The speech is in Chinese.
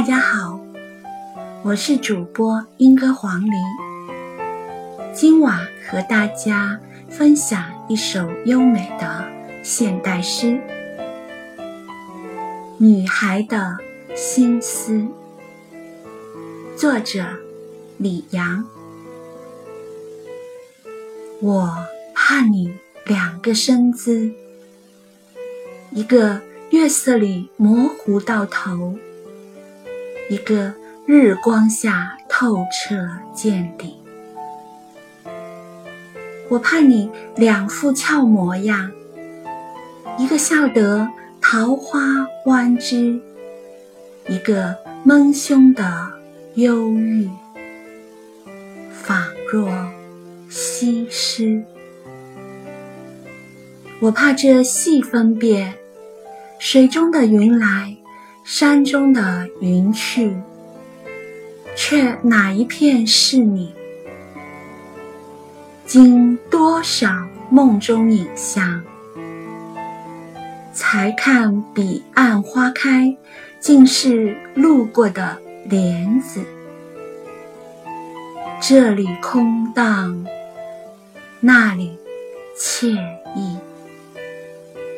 家好，我是主播莺歌黄鹂。今晚和大家分享一首优美的现代诗《女孩的心思》，作者李阳。我怕你两个身姿，一个月色里模糊到头，一个日光下透彻见底。我怕你两副俏模样，一个笑得桃花弯枝，一个蒙胸的忧郁，仿若西施。我怕这细分别，水中的云来，山中的云去，却哪一片是你？经多少梦中影像，才看彼岸花开，竟是路过的莲子。这里空荡，那里惬